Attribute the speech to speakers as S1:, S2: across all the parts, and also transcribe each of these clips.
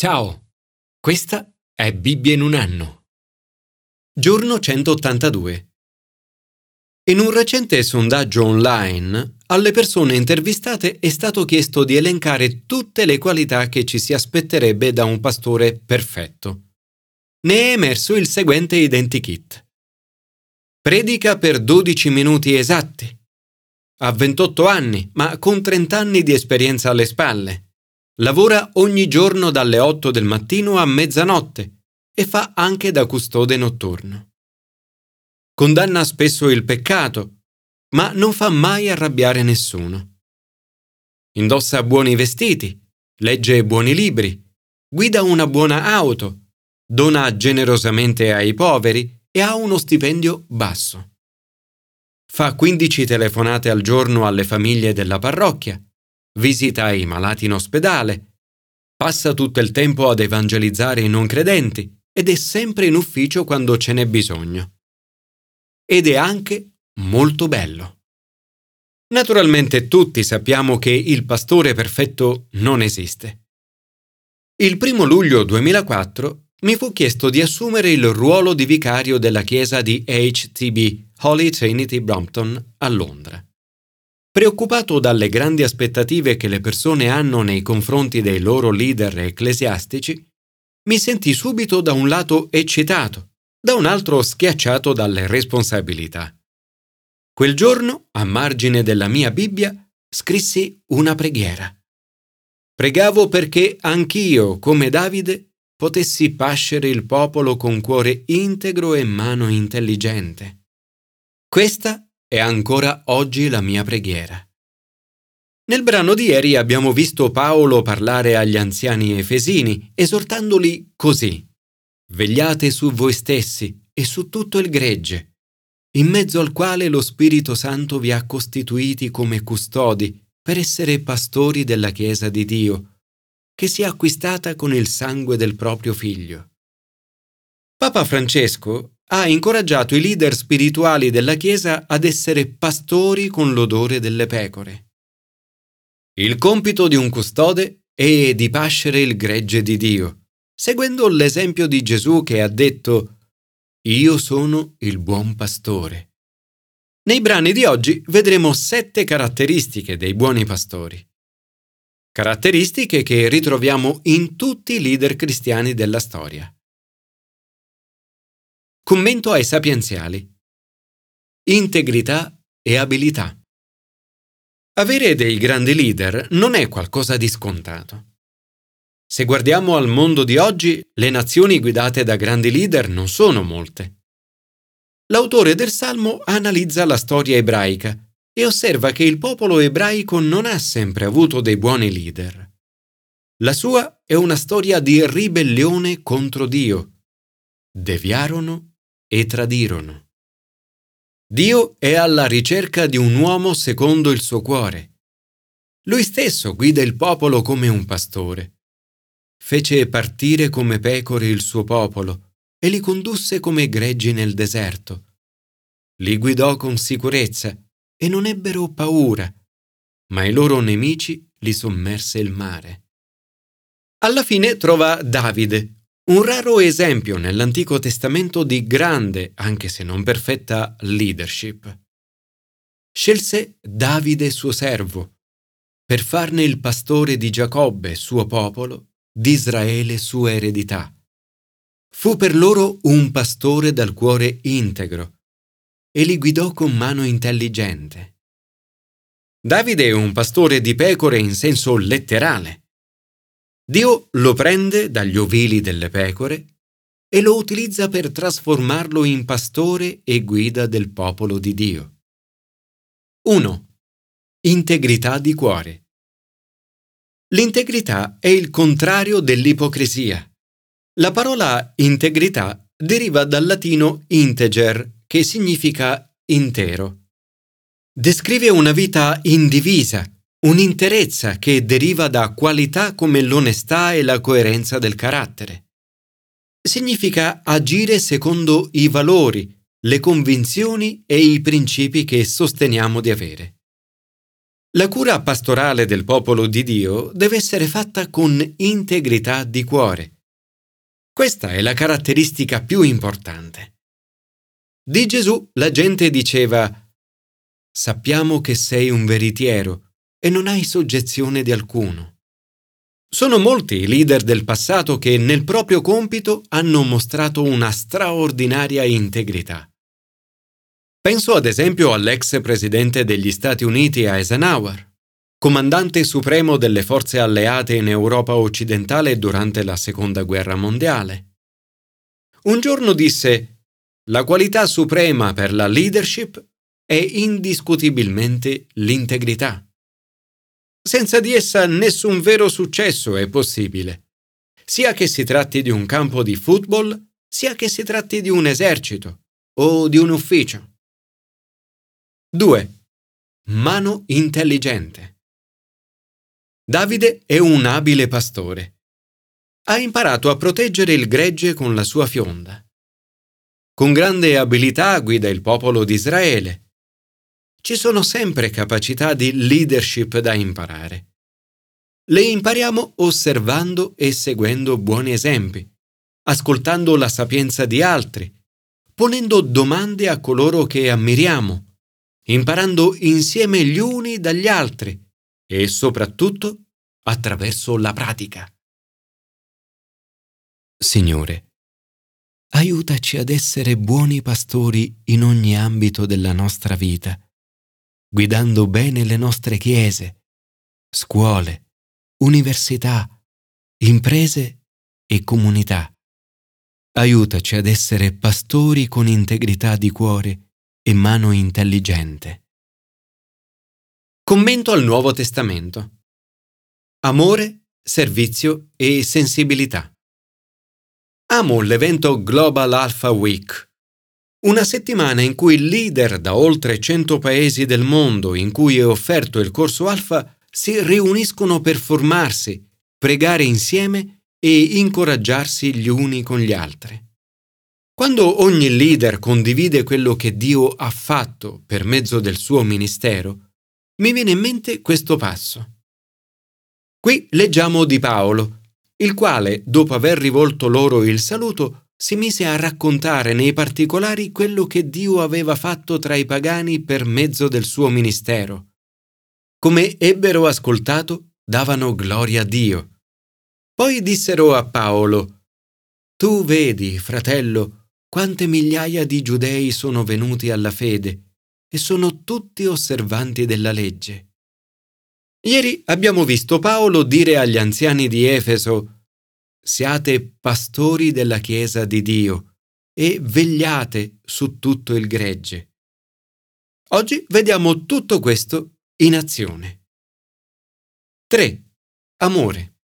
S1: Ciao, questa è Bibbia in un anno. Giorno 182. In un recente sondaggio online, alle persone intervistate è stato chiesto di elencare tutte le qualità che ci si aspetterebbe da un pastore perfetto. Ne è emerso il seguente identikit. Predica per 12 minuti esatti. Ha 28 anni, ma con 30 anni di esperienza alle spalle. Lavora ogni giorno dalle 8 del mattino a mezzanotte e fa anche da custode notturno. Condanna spesso il peccato, ma non fa mai arrabbiare nessuno. Indossa buoni vestiti, legge buoni libri, guida una buona auto, dona generosamente ai poveri e ha uno stipendio basso. Fa 15 telefonate al giorno alle famiglie della parrocchia, visita i malati in ospedale, passa tutto il tempo ad evangelizzare i non credenti ed è sempre in ufficio quando ce n'è bisogno. Ed è anche molto bello. Naturalmente tutti sappiamo che il pastore perfetto non esiste. Il 1 luglio 2004 mi fu chiesto di assumere il ruolo di vicario della chiesa di HTB, Holy Trinity Brompton, a Londra. Preoccupato dalle grandi aspettative che le persone hanno nei confronti dei loro leader ecclesiastici, mi sentii subito da un lato eccitato, da un altro schiacciato dalle responsabilità. Quel giorno, a margine della mia Bibbia, scrissi una preghiera. Pregavo perché anch'io, come Davide, potessi pascere il popolo con cuore integro e mano intelligente. Questa è ancora oggi la mia preghiera. Nel brano di ieri abbiamo visto Paolo parlare agli anziani efesini, esortandoli così: vegliate su voi stessi e su tutto il gregge, in mezzo al quale lo Spirito Santo vi ha costituiti come custodi per essere pastori della Chiesa di Dio, che si è acquistata con il sangue del proprio Figlio. Papa Francesco ha incoraggiato i leader spirituali della Chiesa ad essere pastori con l'odore delle pecore. Il compito di un custode è di pascere il gregge di Dio, seguendo l'esempio di Gesù che ha detto: «Io sono il buon pastore». Nei brani di oggi vedremo 7 caratteristiche dei buoni pastori. Caratteristiche che ritroviamo in tutti i leader cristiani della storia. Commento ai sapienziali. Integrità e abilità. Avere dei grandi leader non è qualcosa di scontato. Se guardiamo al mondo di oggi, le nazioni guidate da grandi leader non sono molte. L'autore del Salmo analizza la storia ebraica e osserva che il popolo ebraico non ha sempre avuto dei buoni leader. La sua è una storia di ribellione contro Dio. Deviarono e tradirono. Dio è alla ricerca di un uomo secondo il suo cuore. Lui stesso guida il popolo come un pastore. Fece partire come pecore il suo popolo e li condusse come greggi nel deserto. Li guidò con sicurezza e non ebbero paura, ma i loro nemici li sommerse il mare. Alla fine trova Davide, un raro esempio nell'Antico Testamento di grande, anche se non perfetta, leadership. Scelse Davide suo servo, per farne il pastore di Giacobbe, suo popolo, di Israele, sua eredità. Fu per loro un pastore dal cuore integro e li guidò con mano intelligente. Davide è un pastore di pecore in senso letterale. Dio lo prende dagli ovili delle pecore e lo utilizza per trasformarlo in pastore e guida del popolo di Dio. 1. Integrità di cuore. L'integrità è il contrario dell'ipocrisia. La parola integrità deriva dal latino integer, che significa intero. Descrive una vita indivisa, un'interezza che deriva da qualità come l'onestà e la coerenza del carattere. Significa agire secondo i valori, le convinzioni e i principi che sosteniamo di avere. La cura pastorale del popolo di Dio deve essere fatta con integrità di cuore. Questa è la caratteristica più importante. Di Gesù la gente diceva: «Sappiamo che sei un veritiero e non hai soggezione di alcuno». Sono molti i leader del passato che nel proprio compito hanno mostrato una straordinaria integrità. Penso ad esempio all'ex presidente degli Stati Uniti Eisenhower, comandante supremo delle forze alleate in Europa occidentale durante la Seconda Guerra Mondiale. Un giorno disse: «La qualità suprema per la leadership è indiscutibilmente l'integrità. Senza di essa nessun vero successo è possibile, sia che si tratti di un campo di football, sia che si tratti di un esercito o di un ufficio». 2. Mano intelligente. Davide è un abile pastore. Ha imparato a proteggere il gregge con la sua fionda. Con grande abilità guida il popolo di Israele. Ci sono sempre capacità di leadership da imparare. Le impariamo osservando e seguendo buoni esempi, ascoltando la sapienza di altri, ponendo domande a coloro che ammiriamo, imparando insieme gli uni dagli altri e soprattutto attraverso la pratica. Signore, aiutaci ad essere buoni pastori in ogni ambito della nostra vita, guidando bene le nostre chiese, scuole, università, imprese e comunità. Aiutaci ad essere pastori con integrità di cuore e mano intelligente. Commento al Nuovo Testamento. Amore, servizio e sensibilità. Amo l'evento Global Alpha Week, una settimana in cui leader da oltre 100 paesi del mondo in cui è offerto il corso Alpha si riuniscono per formarsi, pregare insieme e incoraggiarsi gli uni con gli altri. Quando ogni leader condivide quello che Dio ha fatto per mezzo del suo ministero, mi viene in mente questo passo. Qui leggiamo di Paolo, il quale, dopo aver rivolto loro il saluto, si mise a raccontare nei particolari quello che Dio aveva fatto tra i pagani per mezzo del suo ministero. Come ebbero ascoltato, davano gloria a Dio. Poi dissero a Paolo: «Tu vedi, fratello, quante migliaia di giudei sono venuti alla fede e sono tutti osservanti della legge». Ieri abbiamo visto Paolo dire agli anziani di Efeso: «Siate pastori della Chiesa di Dio e vegliate su tutto il gregge». Oggi vediamo tutto questo in azione. 3. Amore.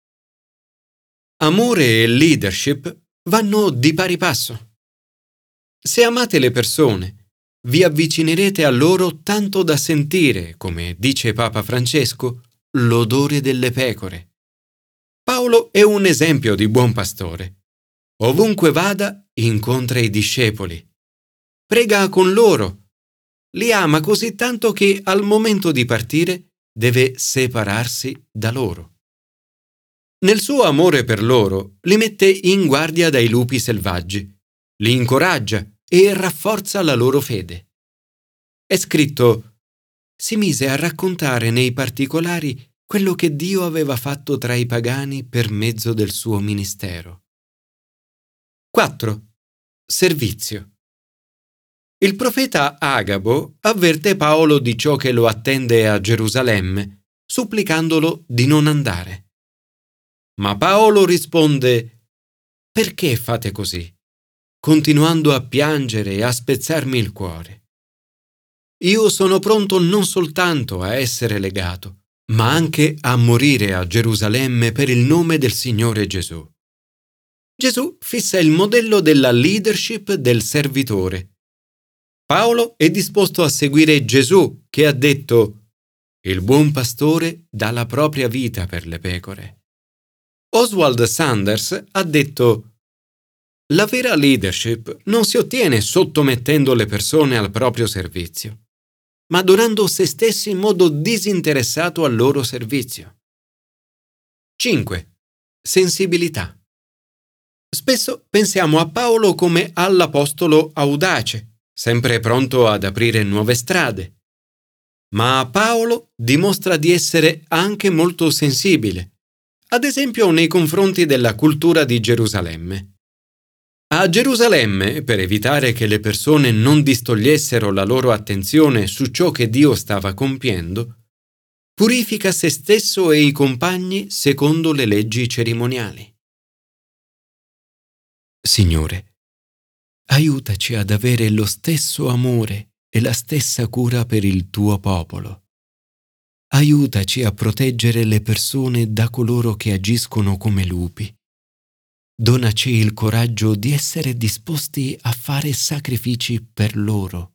S1: Amore e leadership vanno di pari passo. Se amate le persone, vi avvicinerete a loro tanto da sentire, come dice Papa Francesco, l'odore delle pecore. Paolo è un esempio di buon pastore. Ovunque vada, incontra i discepoli. Prega con loro. Li ama così tanto che al momento di partire deve separarsi da loro. Nel suo amore per loro li mette in guardia dai lupi selvaggi, li incoraggia e rafforza la loro fede. È scritto: «Si mise a raccontare nei particolari quello che Dio aveva fatto tra i pagani per mezzo del suo ministero». 4. Servizio. Il profeta Agabo avverte Paolo di ciò che lo attende a Gerusalemme, supplicandolo di non andare. Ma Paolo risponde: «Perché fate così? Continuando a piangere e a spezzarmi il cuore. Io sono pronto non soltanto a essere legato, ma anche a morire a Gerusalemme per il nome del Signore Gesù». Gesù fissa il modello della leadership del servitore. Paolo è disposto a seguire Gesù, che ha detto: «Il buon pastore dà la propria vita per le pecore». Oswald Sanders ha detto: «La vera leadership non si ottiene sottomettendo le persone al proprio servizio. ma donando se stessi in modo disinteressato al loro servizio. 5. Sensibilità. Spesso pensiamo a Paolo come all'apostolo audace, sempre pronto ad aprire nuove strade. Ma Paolo dimostra di essere anche molto sensibile, ad esempio nei confronti della cultura di Gerusalemme. A Gerusalemme, per evitare che le persone non distogliessero la loro attenzione su ciò che Dio stava compiendo, purifica se stesso e i compagni secondo le leggi cerimoniali. Signore, aiutaci ad avere lo stesso amore e la stessa cura per il tuo popolo. Aiutaci a proteggere le persone da coloro che agiscono come lupi. Donaci il coraggio di essere disposti a fare sacrifici per loro.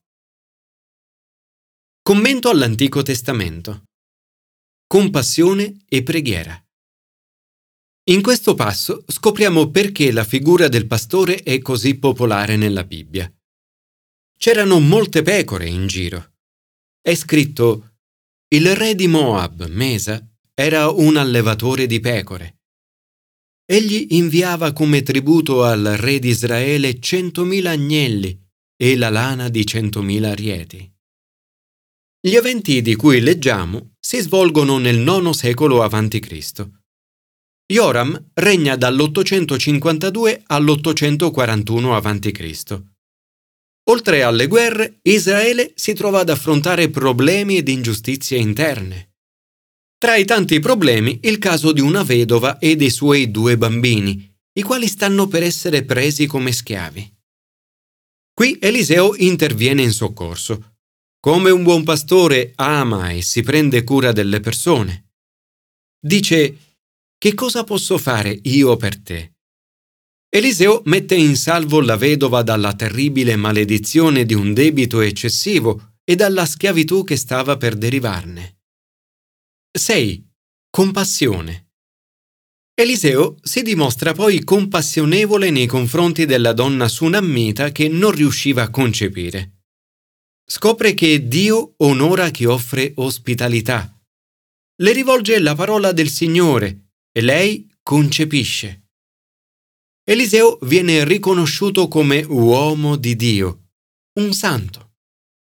S1: Commento all'Antico Testamento. Compassione e preghiera. In questo passo scopriamo perché la figura del pastore è così popolare nella Bibbia. C'erano molte pecore in giro. È scritto: il re di Moab, Mesa, era un allevatore di pecore. Egli inviava come tributo al re di Israele 100.000 agnelli e la lana di 100.000 arieti. Gli eventi di cui leggiamo si svolgono nel IX secolo a.C. Joram regna dall'852 all'841 a.C. Oltre alle guerre, Israele si trova ad affrontare problemi ed ingiustizie interne. Tra i tanti problemi, il caso di una vedova e dei suoi 2 bambini, i quali stanno per essere presi come schiavi. Qui Eliseo interviene in soccorso. Come un buon pastore ama e si prende cura delle persone. Dice: che cosa posso fare io per te? Eliseo mette in salvo la vedova dalla terribile maledizione di un debito eccessivo e dalla schiavitù che stava per derivarne. 6. Compassione. Eliseo si dimostra poi compassionevole nei confronti della donna sunammita che non riusciva a concepire. Scopre che Dio onora chi offre ospitalità. Le rivolge la parola del Signore e lei concepisce. Eliseo viene riconosciuto come uomo di Dio, un santo.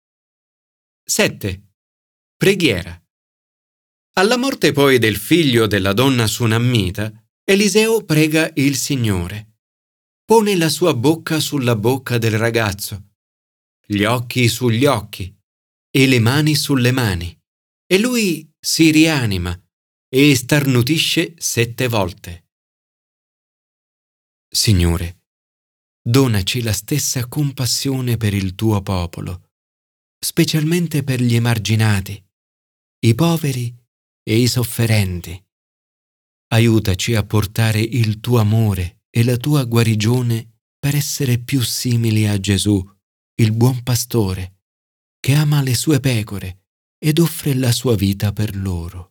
S1: 7. Preghiera. Alla morte poi del figlio della donna sunammita, Eliseo prega il Signore. Pone la sua bocca sulla bocca del ragazzo, gli occhi sugli occhi e le mani sulle mani, e lui si rianima e starnutisce 7 volte. Signore, donaci la stessa compassione per il tuo popolo, specialmente per gli emarginati, i poveri e i sofferenti. Aiutaci a portare il tuo amore e la tua guarigione per essere più simili a Gesù, il buon pastore, che ama le sue pecore ed offre la sua vita per loro.